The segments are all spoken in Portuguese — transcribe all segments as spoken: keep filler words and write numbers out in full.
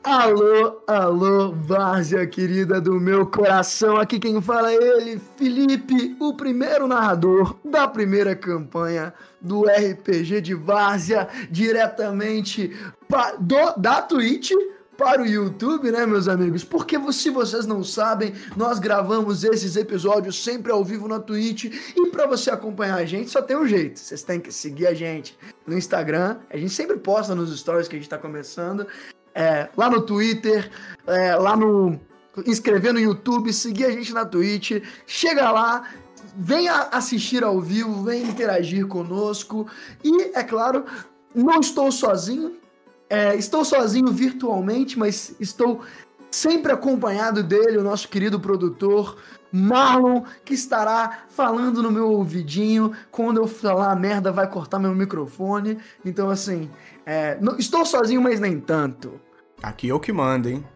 Alô, alô, várzea querida do meu coração, aqui quem fala é ele, Felipe, o primeiro narrador da primeira campanha do R P G de Várzea, diretamente pa- do- da Twitch para o YouTube, né, meus amigos? Porque se vocês não sabem, nós gravamos esses episódios sempre ao vivo na Twitch, e para você acompanhar a gente só tem um jeito, vocês têm que seguir a gente no Instagram, a gente sempre posta nos stories que a gente tá começando, É, lá no Twitter, é, lá no... inscrever no YouTube, seguir a gente na Twitch, chega lá, venha assistir ao vivo, venha interagir conosco, e, é claro, não estou sozinho, é, estou sozinho virtualmente, mas estou sempre acompanhado dele, o nosso querido produtor, Marlon, que estará falando no meu ouvidinho. Quando eu falar a merda, vai cortar meu microfone. Então, assim, é, não, estou sozinho, mas nem tanto. Aqui eu que mando, hein?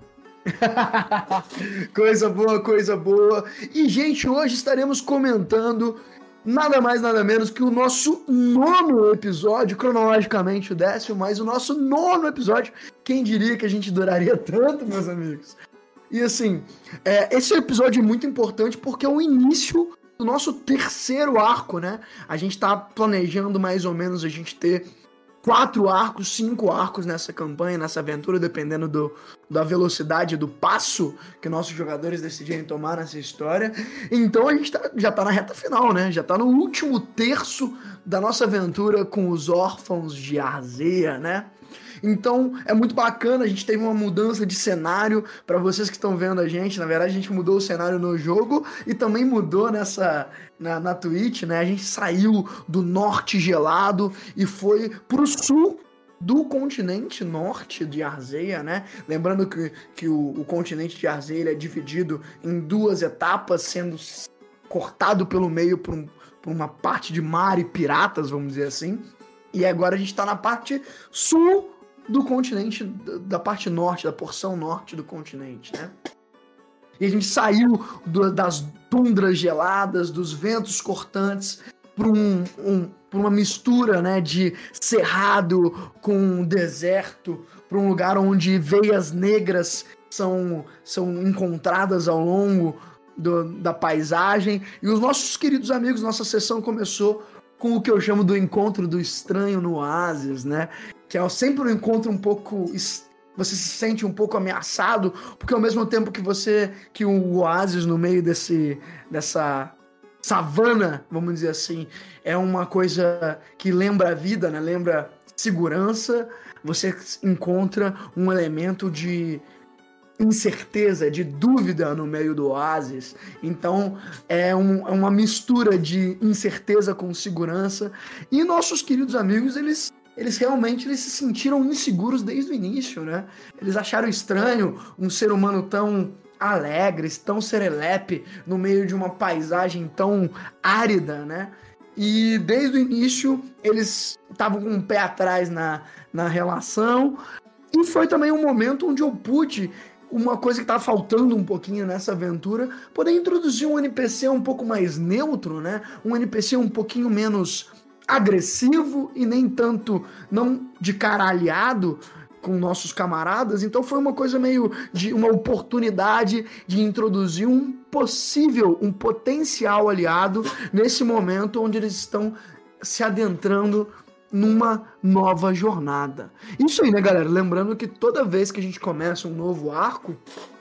Coisa boa, coisa boa. E, gente, hoje estaremos comentando nada mais, nada menos que o nosso nono episódio, cronologicamente o décimo, mas o nosso nono episódio. Quem diria que a gente duraria tanto, meus amigos? E assim, é, esse episódio é muito importante porque é o início do nosso terceiro arco, né? A gente tá planejando mais ou menos a gente ter quatro arcos, cinco arcos nessa campanha, nessa aventura, dependendo do, da velocidade, do passo que nossos jogadores decidirem tomar nessa história. Então a gente tá, já tá na reta final, né? Já tá no último terço da nossa aventura com os órfãos de Arzea, né? Então é muito bacana, a gente teve uma mudança de cenário. Para vocês que estão vendo a gente, na verdade a gente mudou o cenário no jogo e também mudou nessa na, na Twitch, né? A gente saiu do norte gelado e foi pro sul do continente norte de Arzea, né? Lembrando que, que o, o continente de Arzea ele é dividido em duas etapas, sendo cortado pelo meio por, um, por uma parte de mar e piratas, vamos dizer assim. E agora a gente tá na parte sul do continente, da parte norte, da porção norte do continente, né? E a gente saiu do, das tundras geladas, dos ventos cortantes, para um, um, uma mistura, né, de cerrado com deserto, para um lugar onde veias negras são, são encontradas ao longo do, da paisagem. E os nossos queridos amigos, nossa sessão começou com o que eu chamo do encontro do estranho no oásis, né? Que é sempre um encontro um pouco... Você se sente um pouco ameaçado, porque ao mesmo tempo que você... Que o oásis no meio desse, dessa savana, vamos dizer assim, é uma coisa que lembra a vida, né? Lembra segurança. Você encontra um elemento de incerteza, de dúvida no meio do oásis. Então é, um, é uma mistura de incerteza com segurança. E nossos queridos amigos, eles, eles realmente eles se sentiram inseguros desde o início, né? Eles acharam estranho um ser humano tão alegre, tão serelepe, no meio de uma paisagem tão árida, né? E desde o início eles estavam com um pé atrás na, na relação. E foi também um momento onde eu pude... Uma coisa que tá faltando um pouquinho nessa aventura, poder introduzir um N P C um pouco mais neutro, né? Um N P C um pouquinho menos agressivo e nem tanto, não de caralhado com nossos camaradas. Então foi uma coisa meio de uma oportunidade de introduzir um possível, um potencial aliado nesse momento onde eles estão se adentrando numa nova jornada. Isso aí, né, galera? Lembrando que toda vez que a gente começa um novo arco,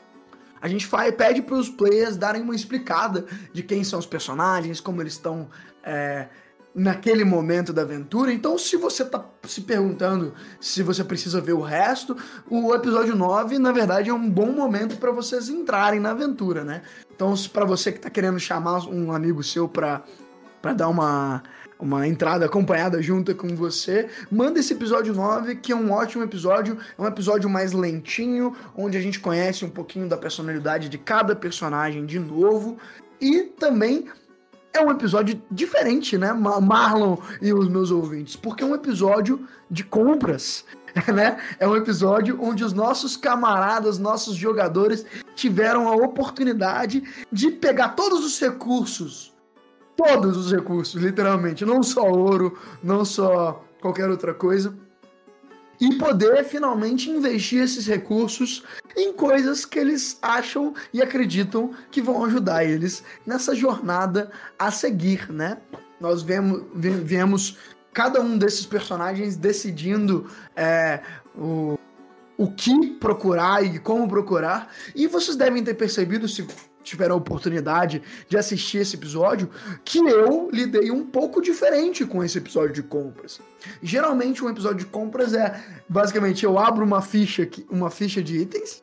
a gente faz, pede para os players darem uma explicada de quem são os personagens, como eles estão é, naquele momento da aventura. Então, se você tá se perguntando se você precisa ver o resto, o episódio nove, na verdade, é um bom momento para vocês entrarem na aventura, né? Então, para você que tá querendo chamar um amigo seu para para dar uma uma entrada acompanhada junto com você, manda esse episódio nove, que é um ótimo episódio, é um episódio mais lentinho, onde a gente conhece um pouquinho da personalidade de cada personagem de novo, e também é um episódio diferente, né, Marlon e os meus ouvintes, porque é um episódio de compras, né? É um episódio onde os nossos camaradas, nossos jogadores tiveram a oportunidade de pegar todos os recursos Todos os recursos, literalmente. Não só ouro, não só qualquer outra coisa. e poder finalmente investir esses recursos em coisas que eles acham e acreditam que vão ajudar eles nessa jornada a seguir, né? Nós vemos, vemos cada um desses personagens decidindo é, o, o que procurar e como procurar, e vocês devem ter percebido, se tiveram a oportunidade de assistir esse episódio, que eu lidei um pouco diferente com esse episódio de compras. Geralmente um episódio de compras é, basicamente, eu abro uma ficha, uma ficha de itens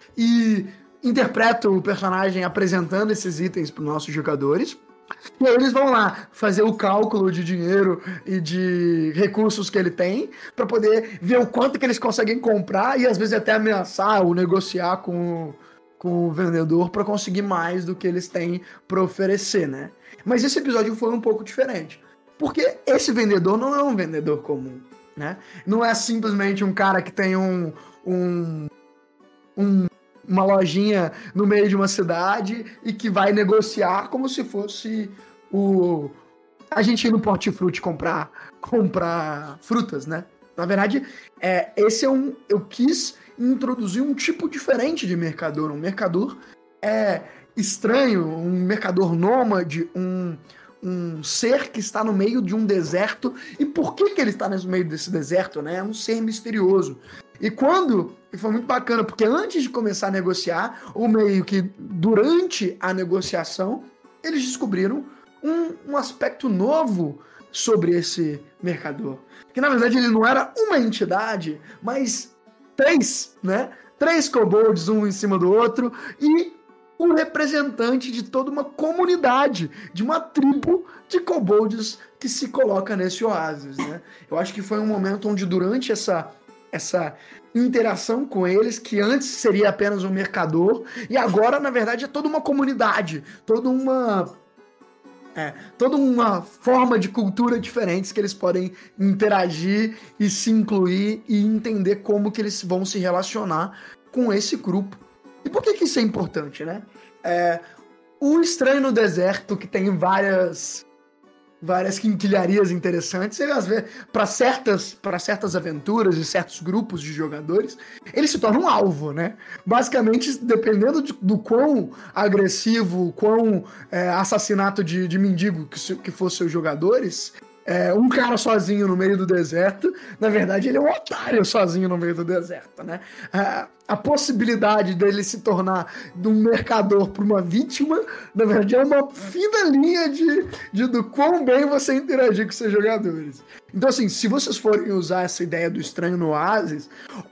e interpreto o personagem apresentando esses itens para os nossos jogadores, e aí eles vão lá fazer o cálculo de dinheiro e de recursos que ele tem para poder ver o quanto que eles conseguem comprar e às vezes até ameaçar ou negociar com o com o vendedor para conseguir mais do que eles têm para oferecer, né? Mas esse episódio foi um pouco diferente, porque esse vendedor não é um vendedor comum, né? Não é simplesmente um cara que tem um, um, um, uma lojinha no meio de uma cidade e que vai negociar como se fosse o a gente ir no Hortifruti comprar, comprar frutas, né? Na verdade, é, esse é um... Eu quis introduzir um tipo diferente de mercador. Um mercador é estranho, um mercador nômade, um, um ser que está no meio de um deserto. E por que, que ele está no meio desse deserto, né? É um ser misterioso. E quando... E foi muito bacana, porque antes de começar a negociar, ou meio que durante a negociação, eles descobriram um, um aspecto novo sobre esse mercador. Que na verdade ele não era uma entidade, mas três, né? Três kobolds, um em cima do outro, e um representante de toda uma comunidade, de uma tribo de kobolds que se coloca nesse oásis, né? Eu acho que foi um momento onde durante essa, essa interação com eles, que antes seria apenas um mercador, e agora, na verdade, é toda uma comunidade, toda uma... É, toda uma forma de cultura diferentes que eles podem interagir e se incluir e entender como que eles vão se relacionar com esse grupo. E por que que isso é importante, né? É, o Estranho no Deserto, que tem várias, várias quinquilharias interessantes, ele às vezes, para certas, para certas aventuras e certos grupos de jogadores, ele se torna um alvo, né? Basicamente, dependendo de, do quão agressivo, quão é, assassinato de, de mendigo que, que fossem seus jogadores, é, um cara sozinho no meio do deserto, na verdade ele é um otário sozinho no meio do deserto, né? A, a possibilidade dele se tornar de um mercador para uma vítima, na verdade é uma fina linha de, de do quão bem você interagir com seus jogadores. Então assim, se vocês forem usar essa ideia do estranho no oásis,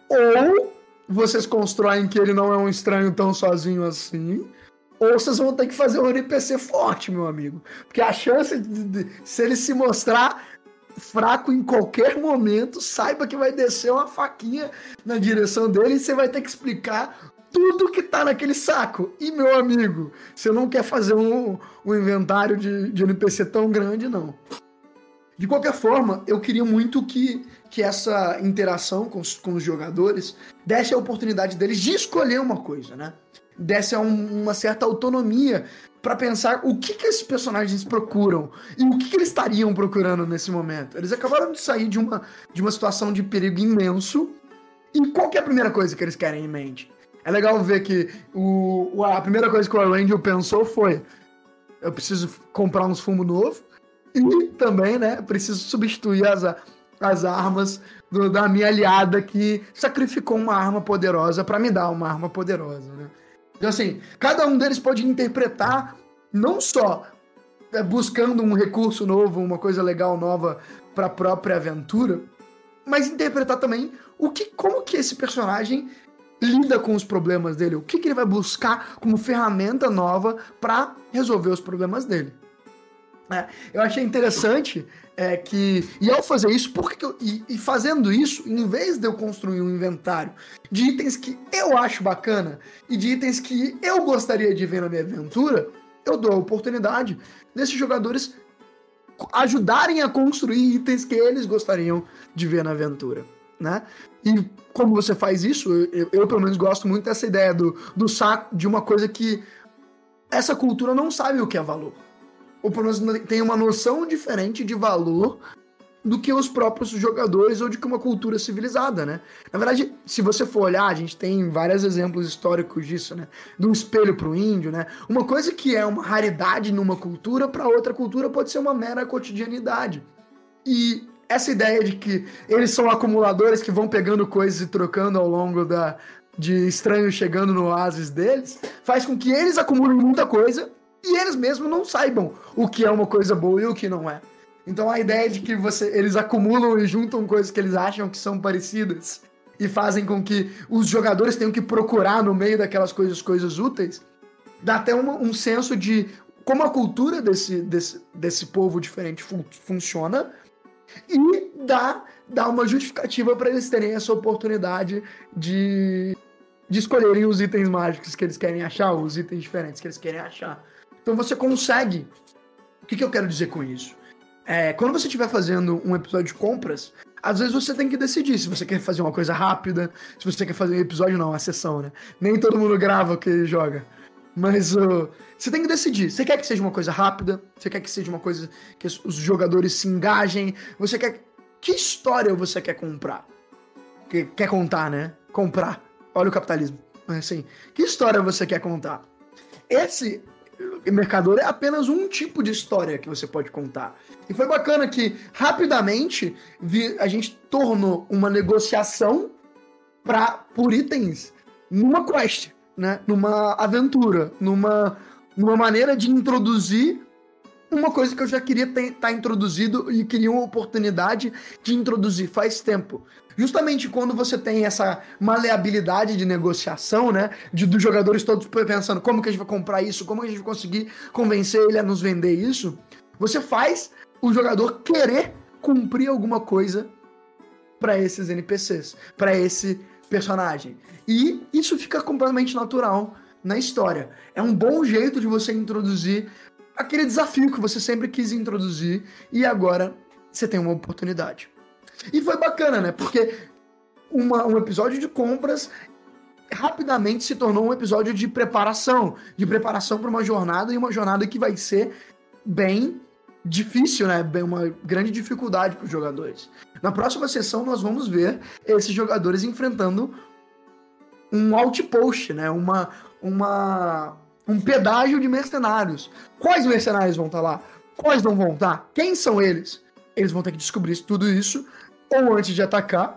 ou vocês constroem que ele não é um estranho tão sozinho assim, ou vocês vão ter que fazer um N P C forte, meu amigo. Porque a chance de, de se ele se mostrar fraco em qualquer momento, saiba que vai descer uma faquinha na direção dele e você vai ter que explicar tudo que tá naquele saco. E, meu amigo, você não quer fazer um, um inventário de, de N P C tão grande, não. De qualquer forma, eu queria muito que, que essa interação com os, com os jogadores desse a oportunidade deles de escolher uma coisa, né? Desse um, uma certa autonomia para pensar o que, que esses personagens procuram e o que, que eles estariam procurando nesse momento. Eles acabaram de sair de uma, de uma situação de perigo imenso, e qual que é a primeira coisa que eles querem em mente? É legal ver que o, a primeira coisa que o Arangel pensou foi: eu preciso comprar uns fumos novos e também, né, preciso substituir as, as armas do, da minha aliada que sacrificou uma arma poderosa para me dar uma arma poderosa, né? Então, assim, cada um deles pode interpretar, não só é, buscando um recurso novo, uma coisa legal nova para a própria aventura, mas interpretar também o que, como que esse personagem lida com os problemas dele, o que, que ele vai buscar como ferramenta nova para resolver os problemas dele. É, eu achei interessante é, que, e ao fazer isso, por que que eu, e, e fazendo isso, em vez de eu construir um inventário de itens que eu acho bacana e de itens que eu gostaria de ver na minha aventura, eu dou a oportunidade desses jogadores ajudarem a construir itens que eles gostariam de ver na aventura, né? E como você faz isso, eu, eu pelo menos gosto muito dessa ideia do, do saco, de uma coisa que essa cultura não sabe o que é valor. Ou pelo menos tem uma noção diferente de valor do que os próprios jogadores ou de que uma cultura civilizada, né? Na verdade, se você for olhar, a gente tem vários exemplos históricos disso, né? Do espelho para o índio, né? Uma coisa que é uma raridade numa cultura, para outra cultura pode ser uma mera cotidianidade. E essa ideia de que eles são acumuladores que vão pegando coisas e trocando ao longo da, de estranhos chegando no oásis deles, faz com que eles acumulem muita coisa e eles mesmos não saibam o que é uma coisa boa e o que não é. Então a ideia de que você, eles acumulam e juntam coisas que eles acham que são parecidas e fazem com que os jogadores tenham que procurar no meio daquelas coisas, coisas úteis, dá até uma, um senso de como a cultura desse, desse, desse povo diferente fun- funciona e dá, dá uma justificativa para eles terem essa oportunidade de, de escolherem os itens mágicos que eles querem achar, os itens diferentes que eles querem achar. Então você consegue... O que, que eu quero dizer com isso? É, quando você estiver fazendo um episódio de compras, às vezes você tem que decidir se você quer fazer uma coisa rápida, se você quer fazer um episódio, não, uma sessão, né? Nem todo mundo grava o que joga. Mas uh, você tem que decidir. Você quer que seja uma coisa rápida? Você quer que seja uma coisa que os jogadores se engajem? Você quer... Que história você quer comprar? Que, quer contar, né? Comprar. Olha o capitalismo. Assim, que história você quer contar? Esse... Mercador é apenas um tipo de história que você pode contar. E foi bacana que, rapidamente, a gente tornou uma negociação pra, por itens numa quest, né? Numa aventura, numa, numa maneira de introduzir uma coisa que eu já queria estar tá introduzido e queria uma oportunidade de introduzir faz tempo. Justamente quando você tem essa maleabilidade de negociação, né? De, dos jogadores todos pensando como que a gente vai comprar isso, como que a gente vai conseguir convencer ele a nos vender isso, você faz o jogador querer cumprir alguma coisa para esses N P Cs, para esse personagem. E isso fica completamente natural na história. É um bom jeito de você introduzir aquele desafio que você sempre quis introduzir e agora você tem uma oportunidade. E foi bacana, né? Porque uma, um episódio de compras rapidamente se tornou um episódio de preparação. De preparação para uma jornada, e uma jornada que vai ser bem difícil, né? Bem, uma grande dificuldade para os jogadores. Na próxima sessão nós vamos ver esses jogadores enfrentando um outpost, né? Uma, uma, um pedágio de mercenários. Quais mercenários vão estar lá? Quais não vão estar? Quem são eles? Eles vão ter que descobrir tudo isso ou antes de atacar,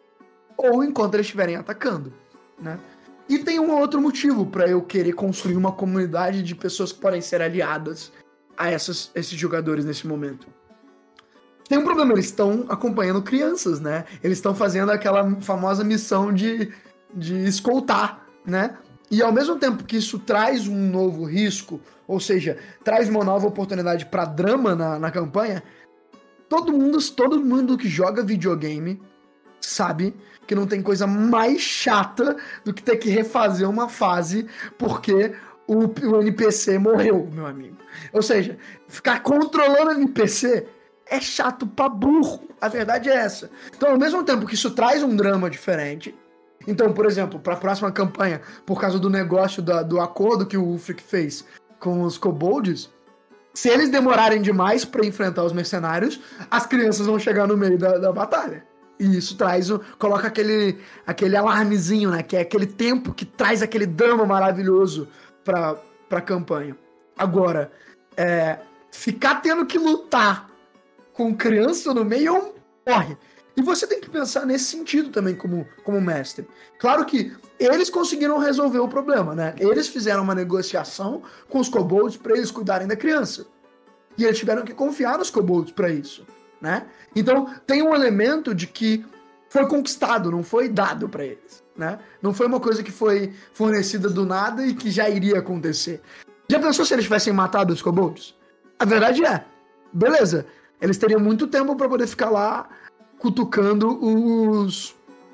ou enquanto eles estiverem atacando, né? E tem um outro motivo para eu querer construir uma comunidade de pessoas que podem ser aliadas a essas, esses jogadores nesse momento. Tem um problema, eles estão acompanhando crianças, né? Eles estão fazendo aquela famosa missão de, de escoltar, né? E ao mesmo tempo que isso traz um novo risco, ou seja, traz uma nova oportunidade para drama na, na campanha, Todo mundo, todo mundo que joga videogame sabe que não tem coisa mais chata do que ter que refazer uma fase porque o, o N P C morreu, meu amigo. Ou seja, ficar controlando o N P C é chato pra burro. A verdade é essa. Então, ao mesmo tempo que isso traz um drama diferente, então, por exemplo, para a próxima campanha, por causa do negócio, da, do acordo que o Ulfric fez com os kobolds, se eles demorarem demais para enfrentar os mercenários, as crianças vão chegar no meio da, da batalha. E isso traz o, coloca aquele, aquele alarmezinho, né? Que é aquele tempo que traz aquele drama maravilhoso para a campanha. Agora, é, ficar tendo que lutar com criança no meio é um porre. E você tem que pensar nesse sentido também como, como mestre. Claro que eles conseguiram resolver o problema, né? Eles fizeram uma negociação com os kobolds para eles cuidarem da criança. E eles tiveram que confiar nos kobolds para isso, né? Então, tem um elemento de que foi conquistado, não foi dado para eles, né? Não foi uma coisa que foi fornecida do nada e que já iria acontecer. Já pensou se eles tivessem matado os kobolds? A verdade é, beleza, eles teriam muito tempo para poder ficar lá cutucando os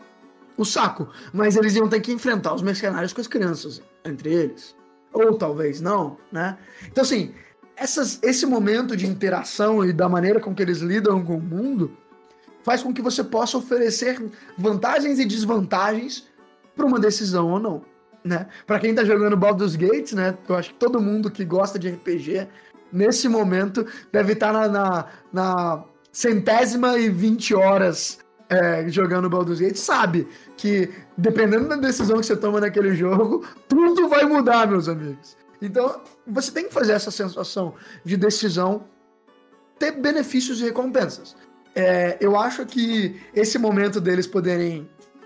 o saco, mas eles iam ter que enfrentar os mercenários com as crianças entre eles, ou talvez não, né? Então assim, essas, esse momento de interação e da maneira com que eles lidam com o mundo faz com que você possa oferecer vantagens e desvantagens para uma decisão ou não, né? Para quem tá jogando Baldur's Gate, né? Eu acho que todo mundo que gosta de R P G nesse momento deve estar na, na, na centésima e vinte horas é, jogando Baldur's Gate, sabe que, dependendo da decisão que você toma naquele jogo, tudo vai mudar, meus amigos. Então, você tem que fazer essa sensação de decisão ter benefícios e recompensas. É, eu acho que esse momento deles poderem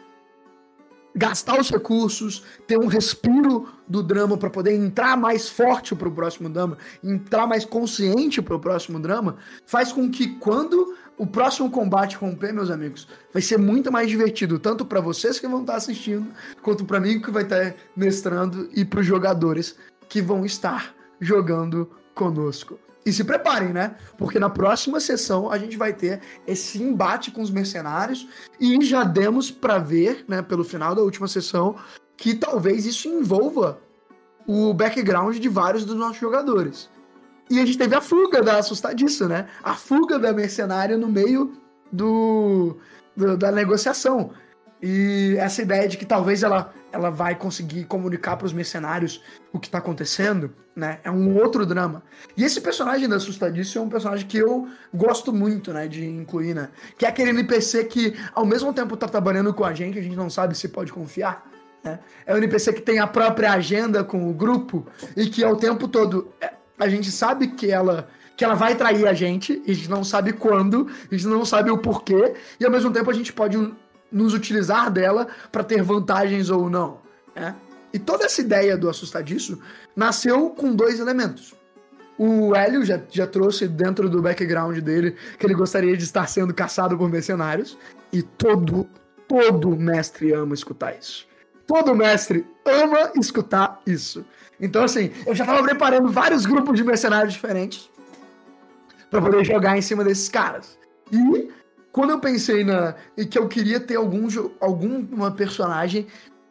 gastar os recursos, ter um respiro do drama para poder entrar mais forte pro próximo drama, entrar mais consciente pro próximo drama, faz com que quando o próximo combate romper, meus amigos, vai ser muito mais divertido, tanto para vocês que vão estar assistindo, quanto para mim que vai estar mestrando e pros jogadores que vão estar jogando conosco. E se preparem, né? Porque na próxima sessão a gente vai ter esse embate com os mercenários e já demos pra ver, né, pelo final da última sessão, que talvez isso envolva o background de vários dos nossos jogadores. E a gente teve a fuga da Assustadiço, né? A fuga da mercenária no meio do, do da negociação. E essa ideia de que talvez ela, ela vai conseguir comunicar para os mercenários o que está acontecendo, né? É um outro drama. E esse personagem da Assustadiço é um personagem que eu gosto muito, né, de incluir, né? Que é aquele N P C que, ao mesmo tempo, está trabalhando com a gente, a gente não sabe se pode confiar, né? É um N P C que tem a própria agenda com o grupo e que, ao tempo todo, a gente sabe que ela... que ela vai trair a gente, e a gente não sabe quando, a gente não sabe o porquê, e ao mesmo tempo a gente pode nos utilizar dela para ter vantagens ou não, né? E toda essa ideia do Assustadiço nasceu com dois elementos. O Hélio já, já trouxe dentro do background dele que ele gostaria de estar sendo caçado por mercenários, e todo, todo mestre ama escutar isso. Todo mestre ama escutar isso. Então, assim, eu já estava preparando vários grupos de mercenários diferentes para poder jogar em cima desses caras. E quando eu pensei na que eu queria ter algum, alguma personagem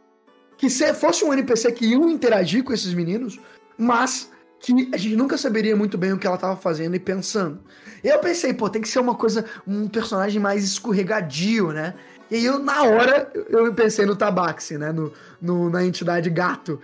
que fosse um N P C que ia interagir com esses meninos, mas que a gente nunca saberia muito bem o que ela estava fazendo e pensando. E eu pensei, pô, tem que ser uma coisa, um personagem mais escorregadio, né? E aí eu, na hora, eu pensei no Tabaxi, né? No, no, na entidade gato.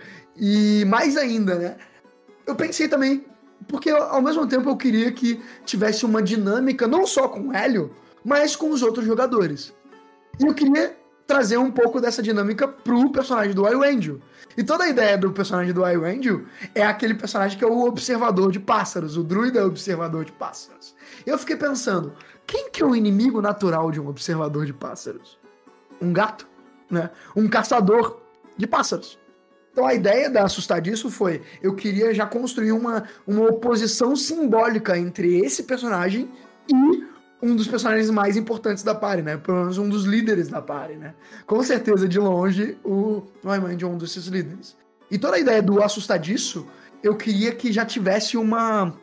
E mais ainda, né? Eu pensei também, porque ao mesmo tempo eu queria que tivesse uma dinâmica, não só com o Hélio, mas com os outros jogadores. E eu queria trazer um pouco dessa dinâmica pro personagem do Iwendell. E toda a ideia do personagem do Iwendell é aquele personagem que é o observador de pássaros, o druida é o observador de pássaros. Eu fiquei pensando, quem que é o inimigo natural de um observador de pássaros? Um gato, né? Um caçador de pássaros. Então a ideia da Assustadiço foi, eu queria já construir uma, uma oposição simbólica entre esse personagem e um dos personagens mais importantes da party, né? Pelo menos um dos líderes da party, né? Com certeza, de longe, o Iwendell é um desses líderes. E toda a ideia do Assustadiço, eu queria que já tivesse uma...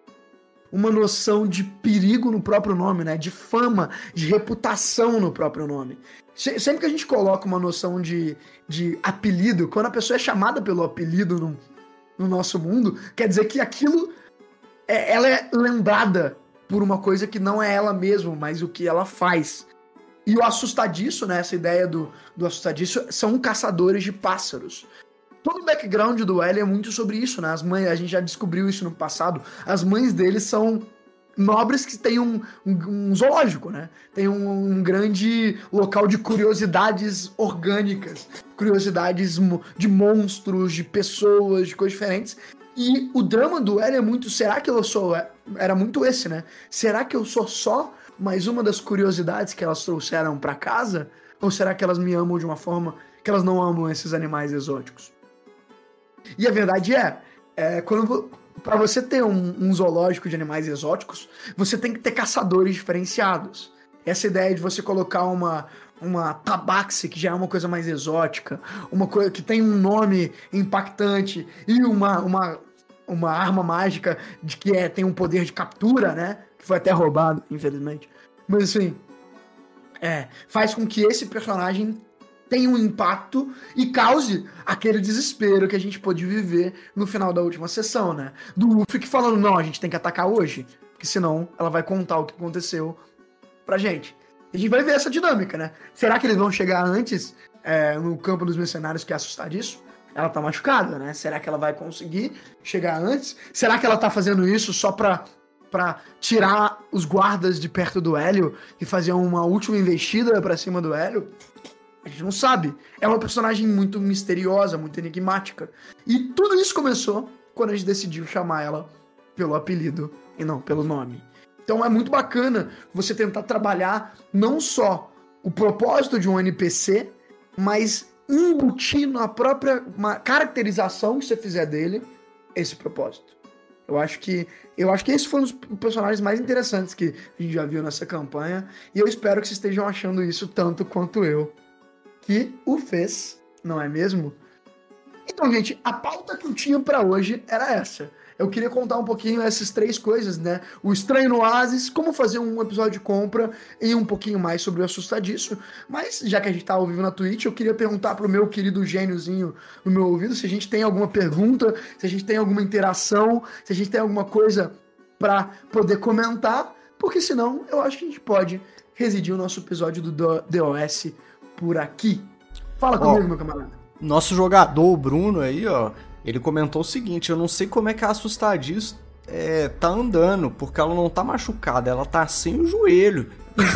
uma noção de perigo no próprio nome, né? De fama, de reputação no próprio nome. Sempre que a gente coloca uma noção de, de apelido, quando a pessoa é chamada pelo apelido no, no nosso mundo, quer dizer que aquilo, é, ela é lembrada por uma coisa que não é ela mesma, mas o que ela faz. E o Assustadiço, né? Essa ideia do, do Assustadiço, são caçadores de pássaros. Todo o background do Hélio é muito sobre isso, né? As mães, a gente já descobriu isso no passado. As mães deles são nobres que têm um, um, um zoológico, né? Tem um, um grande local de curiosidades orgânicas, curiosidades de monstros, de pessoas, de coisas diferentes. E o drama do Hélio é muito... Será que eu sou... Era muito esse, né? Será que eu sou só mais uma das curiosidades que elas trouxeram pra casa? Ou será que elas me amam de uma forma que elas não amam esses animais exóticos? E a verdade é, é quando para você ter um, um zoológico de animais exóticos, você tem que ter caçadores diferenciados. Essa ideia de você colocar uma, uma tabaxi, que já é uma coisa mais exótica, uma coisa que tem um nome impactante e uma, uma, uma arma mágica de que é, tem um poder de captura, né? Que foi até roubado, infelizmente. Mas assim, é, faz com que esse personagem tenha um impacto e cause aquele desespero que a gente pôde viver no final da última sessão, né? Do Luffy que falando, não, a gente tem que atacar hoje, porque senão ela vai contar o que aconteceu pra gente. E a gente vai ver essa dinâmica, né? Será que eles vão chegar antes é, no campo dos mercenários, que é Assustadiço? Ela tá machucada, né? Será que ela vai conseguir chegar antes? Será que ela tá fazendo isso só pra, pra tirar os guardas de perto do Hélio e fazer uma última investida pra cima do Hélio? A gente não sabe. É uma personagem muito misteriosa, muito enigmática. E tudo isso começou quando a gente decidiu chamar ela pelo apelido e não pelo nome. Então é muito bacana você tentar trabalhar não só o propósito de um N P C, mas embutir na própria caracterização que você fizer dele esse propósito. Eu acho que eu acho que esse foi um dos personagens mais interessantes que a gente já viu nessa campanha, e eu espero que vocês estejam achando isso tanto quanto eu, que o fez, não é mesmo? Então, gente, a pauta que eu tinha pra hoje era essa. Eu queria contar um pouquinho essas três coisas, né? O Estranho no Oásis, como fazer um episódio de compra e um pouquinho mais sobre o Assustadiço. Mas, já que a gente tá ao vivo na Twitch, eu queria perguntar pro meu querido gêniozinho no meu ouvido se a gente tem alguma pergunta, se a gente tem alguma interação, se a gente tem alguma coisa pra poder comentar, porque senão eu acho que a gente pode residir o nosso episódio do D O S por aqui. Fala comigo, oh, meu camarada. Nosso jogador, o Bruno, aí, ó, ele comentou o seguinte: eu não sei como é que a Assustadiço é, tá andando, porque ela não tá machucada, ela tá sem o joelho.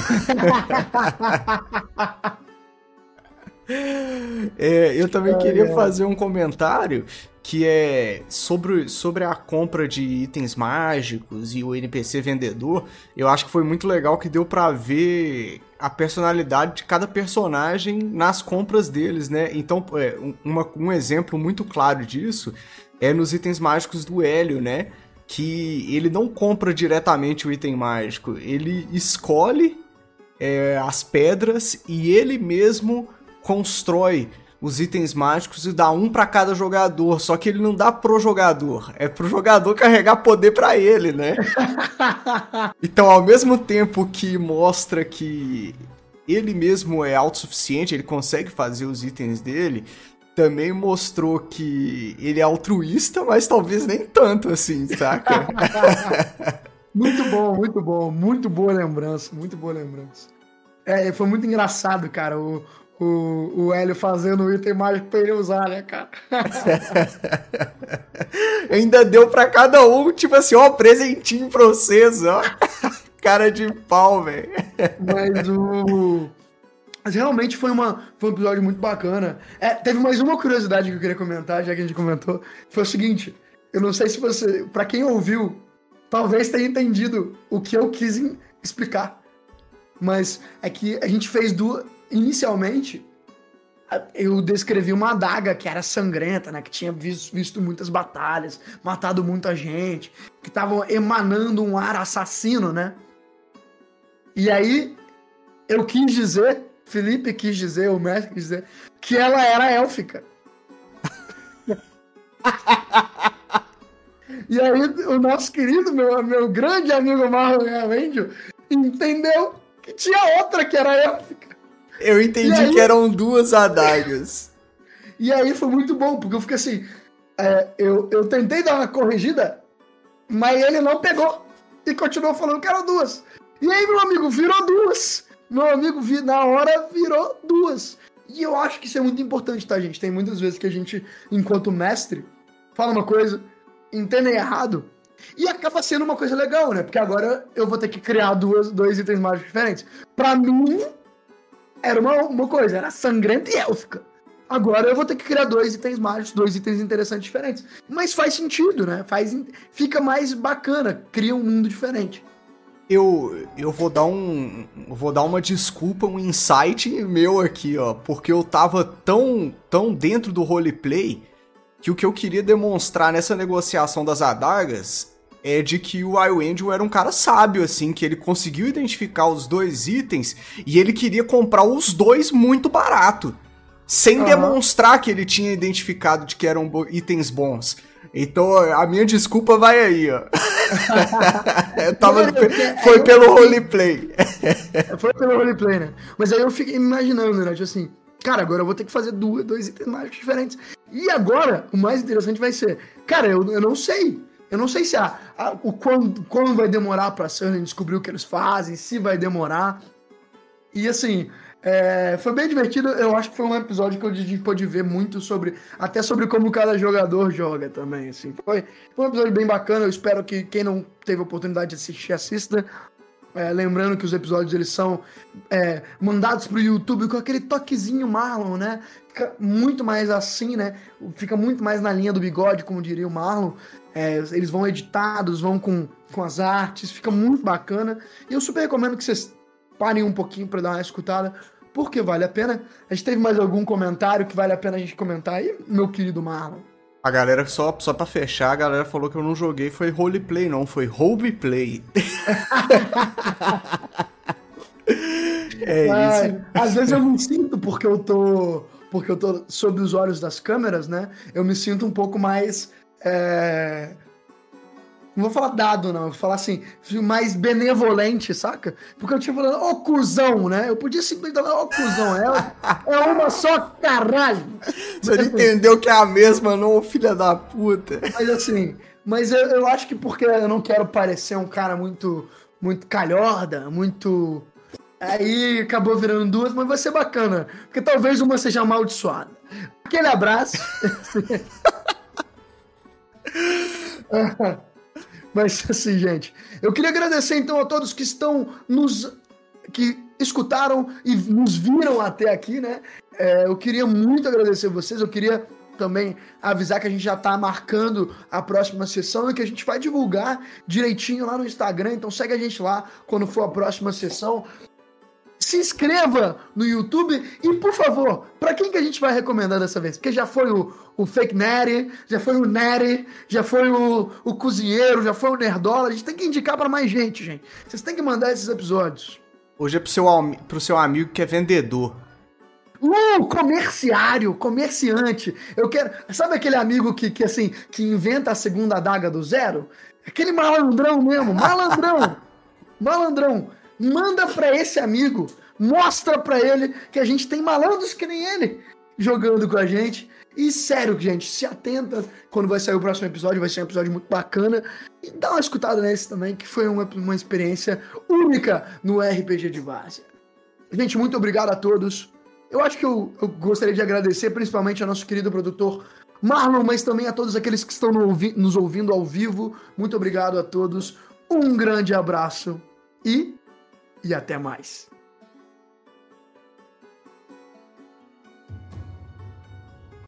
é, eu também queria fazer um comentário que é sobre, sobre a compra de itens mágicos e o N P C vendedor. Eu acho que foi muito legal que deu pra ver a personalidade de cada personagem nas compras deles, né? Então, é, uma, um exemplo muito claro disso é nos itens mágicos do Hélio, né? Que ele não compra diretamente o item mágico, ele escolhe é, as pedras e ele mesmo constrói os itens mágicos e dá um pra cada jogador, só que ele não dá pro jogador, é pro jogador carregar poder pra ele, né? Então, ao mesmo tempo que mostra que ele mesmo é autossuficiente, ele consegue fazer os itens dele, também mostrou que ele é altruísta, mas talvez nem tanto assim, saca? Muito bom, muito bom, muito boa lembrança, muito boa lembrança. É, foi muito engraçado, cara, o O, o Hélio fazendo o item mágico pra ele usar, né, cara? Ainda deu pra cada um, tipo assim, ó, presentinho pra vocês, ó. Cara de pau, velho. Mas o... Mas realmente foi, uma, foi um episódio muito bacana. É, teve mais uma curiosidade que eu queria comentar, já que a gente comentou. Foi o seguinte, eu não sei se você... Pra quem ouviu, talvez tenha entendido o que eu quis explicar. Mas é que a gente fez duas... Inicialmente, eu descrevi uma adaga que era sangrenta, né? Que tinha visto, visto muitas batalhas, matado muita gente, que estavam emanando um ar assassino, né? E aí, eu quis dizer, Felipe quis dizer, o mestre quis dizer, que ela era élfica. E aí, o nosso querido, meu, meu grande amigo Marlon Angel, entendeu que tinha outra que era élfica. Eu entendi aí, que eram duas adagas. E aí foi muito bom, porque eu fiquei assim, é, eu, eu tentei dar uma corrigida, mas ele não pegou e continuou falando que eram duas. E aí, meu amigo, virou duas. Meu amigo, na hora, virou duas. E eu acho que isso é muito importante, tá, gente? Tem muitas vezes que a gente, enquanto mestre, fala uma coisa, entende errado, e acaba sendo uma coisa legal, né? Porque agora eu vou ter que criar duas, dois itens mágicos diferentes. Pra mim... Era uma, uma coisa, era sangrenta e élfica. Agora eu vou ter que criar dois itens mágicos, dois itens interessantes diferentes. Mas faz sentido, né? Faz, fica mais bacana, cria um mundo diferente. Eu, eu vou dar um. Vou dar uma desculpa, um insight meu aqui, ó. Porque eu tava tão, tão dentro do roleplay que o que eu queria demonstrar nessa negociação das adagas é de que o Angel era um cara sábio, assim, que ele conseguiu identificar os dois itens e ele queria comprar os dois muito barato, sem uhum. demonstrar que ele tinha identificado de que eram bo- itens bons. Então, a minha desculpa vai aí, ó. eu tava, foi pelo roleplay. Foi pelo roleplay, né? Mas aí eu fiquei imaginando, né? Tipo assim, cara, agora eu vou ter que fazer duas, dois itens mágicos diferentes. E agora, o mais interessante vai ser, cara, eu, eu não sei. Eu não sei se a, a, o quando, quando vai demorar pra Sunny descobrir o que eles fazem, se vai demorar. E assim, é, foi bem divertido. Eu acho que foi um episódio que a gente pôde ver muito sobre, até sobre como cada jogador joga também, assim. Foi, foi um episódio bem bacana. Eu espero que quem não teve a oportunidade de assistir, assista. É, lembrando que os episódios, eles são é, mandados pro YouTube com aquele toquezinho Marlon, né? Fica muito mais assim, né? Fica muito mais na linha do bigode, como diria o Marlon. É, eles vão editados, vão com, com as artes, fica muito bacana. E eu super recomendo que vocês parem um pouquinho para dar uma escutada, porque vale a pena. A gente teve mais algum comentário que vale a pena a gente comentar aí, meu querido Marlon? A galera, só, só pra fechar, a galera falou que eu não joguei, foi roleplay não, foi roleplay. É Ai, isso. às vezes eu me sinto, porque eu tô, porque eu tô sob os olhos das câmeras, né? Eu me sinto um pouco mais... É... Não vou falar dado, não. Eu vou falar assim, mais benevolente, saca? Porque eu tinha falando, ô cuzão, né? Eu podia simplesmente falar, ô cuzão. É, é uma só, caralho. Você não entendeu que é a mesma, não, filha da puta. Mas assim, mas eu, eu acho que porque eu não quero parecer um cara muito, muito calhorda, muito... Aí acabou virando duas, mas vai ser bacana. Porque talvez uma seja amaldiçoada. Aquele abraço. Mas assim, gente, eu queria agradecer então a todos que estão nos... que escutaram e nos viram até aqui, né? É, eu queria muito agradecer vocês, eu queria também avisar que a gente já tá marcando a próxima sessão e que a gente vai divulgar direitinho lá no Instagram, então segue a gente lá quando for a próxima sessão. Se inscreva no YouTube e, por favor, para quem que a gente vai recomendar dessa vez? Porque já foi o, o Fake Neri, já foi o Neri, já foi o, o Cozinheiro, já foi o Nerdola. A gente tem que indicar para mais gente, gente. Vocês têm que mandar esses episódios. Hoje é pro seu, pro seu amigo que é vendedor. Uh, comerciário, comerciante. Eu quero... Sabe aquele amigo que, que, assim, que inventa a segunda adaga do zero? Aquele malandrão mesmo, malandrão. Malandrão. Manda pra esse amigo, mostra pra ele que a gente tem malandros que nem ele jogando com a gente. E sério, gente, se atenta quando vai sair o próximo episódio, vai ser um episódio muito bacana. E dá uma escutada nesse também, que foi uma, uma experiência única no R P G de Várzea. Gente, muito obrigado a todos. Eu acho que eu, eu gostaria de agradecer principalmente ao nosso querido produtor Marlon, mas também a todos aqueles que estão no ouvi- nos ouvindo ao vivo. Muito obrigado a todos. Um grande abraço e... E até mais.